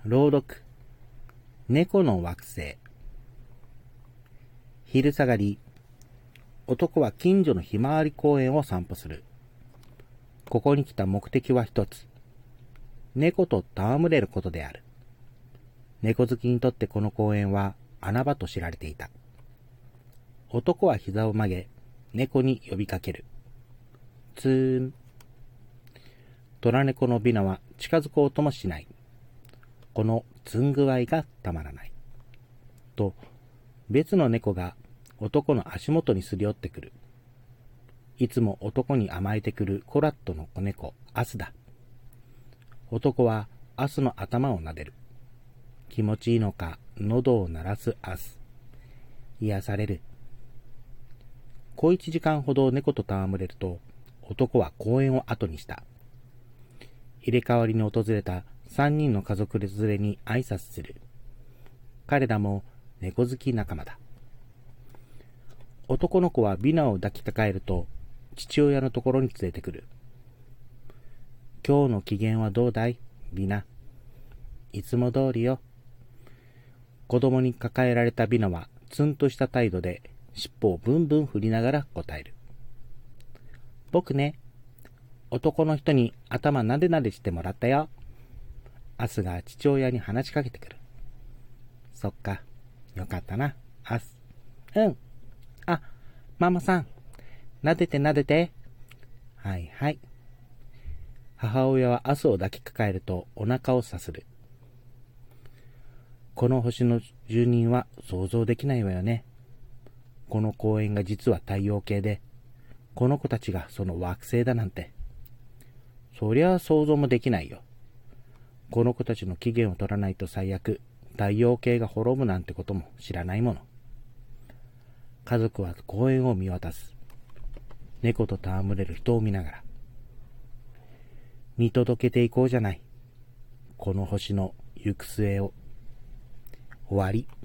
朗読、猫の惑星。昼下がり、男は近所のひまわり公園を散歩する。ここに来た目的は一つ。猫と戯れることである。猫好きにとってこの公園は穴場と知られていた。男は膝を曲げ、猫に呼びかける。ツーン。野良猫のビナは近づこうともしない。このつんぐあいがたまらない。と、別の猫が男の足元にすり寄ってくる。いつも男に甘えてくるコラットの子猫、アスだ。男はアスの頭を撫でる。気持ちいいのか、喉を鳴らすアス。癒される。小一時間ほど猫と戯れると、男は公園を後にした。入れ替わりに訪れた3人の家族連れに挨拶する。彼らも猫好き仲間だ。男の子はビナを抱きかかえると、父親のところに連れてくる。今日の機嫌はどうだい、ビナ。いつも通りよ。子供に抱えられたビナはツンとした態度で尻尾をブンブン振りながら答える。僕ね、男の人に頭なでなでしてもらったよ。アスが父親に話しかけてくる。そっか、よかったな、アス。うん。あ、ママさん、なでてなでて。はいはい。母親はアスを抱きかかえるとお腹をさする。この星の住人は想像できないわよね。この公園が実は太陽系で、この子たちがその惑星だなんて。そりゃ想像もできないよ。この子たちの起源を取らないと最悪、太陽系が滅ぶなんてことも知らないもの。家族は公園を見渡す。猫と戯れる人を見ながら。見届けていこうじゃない。この星の行く末を。終わり。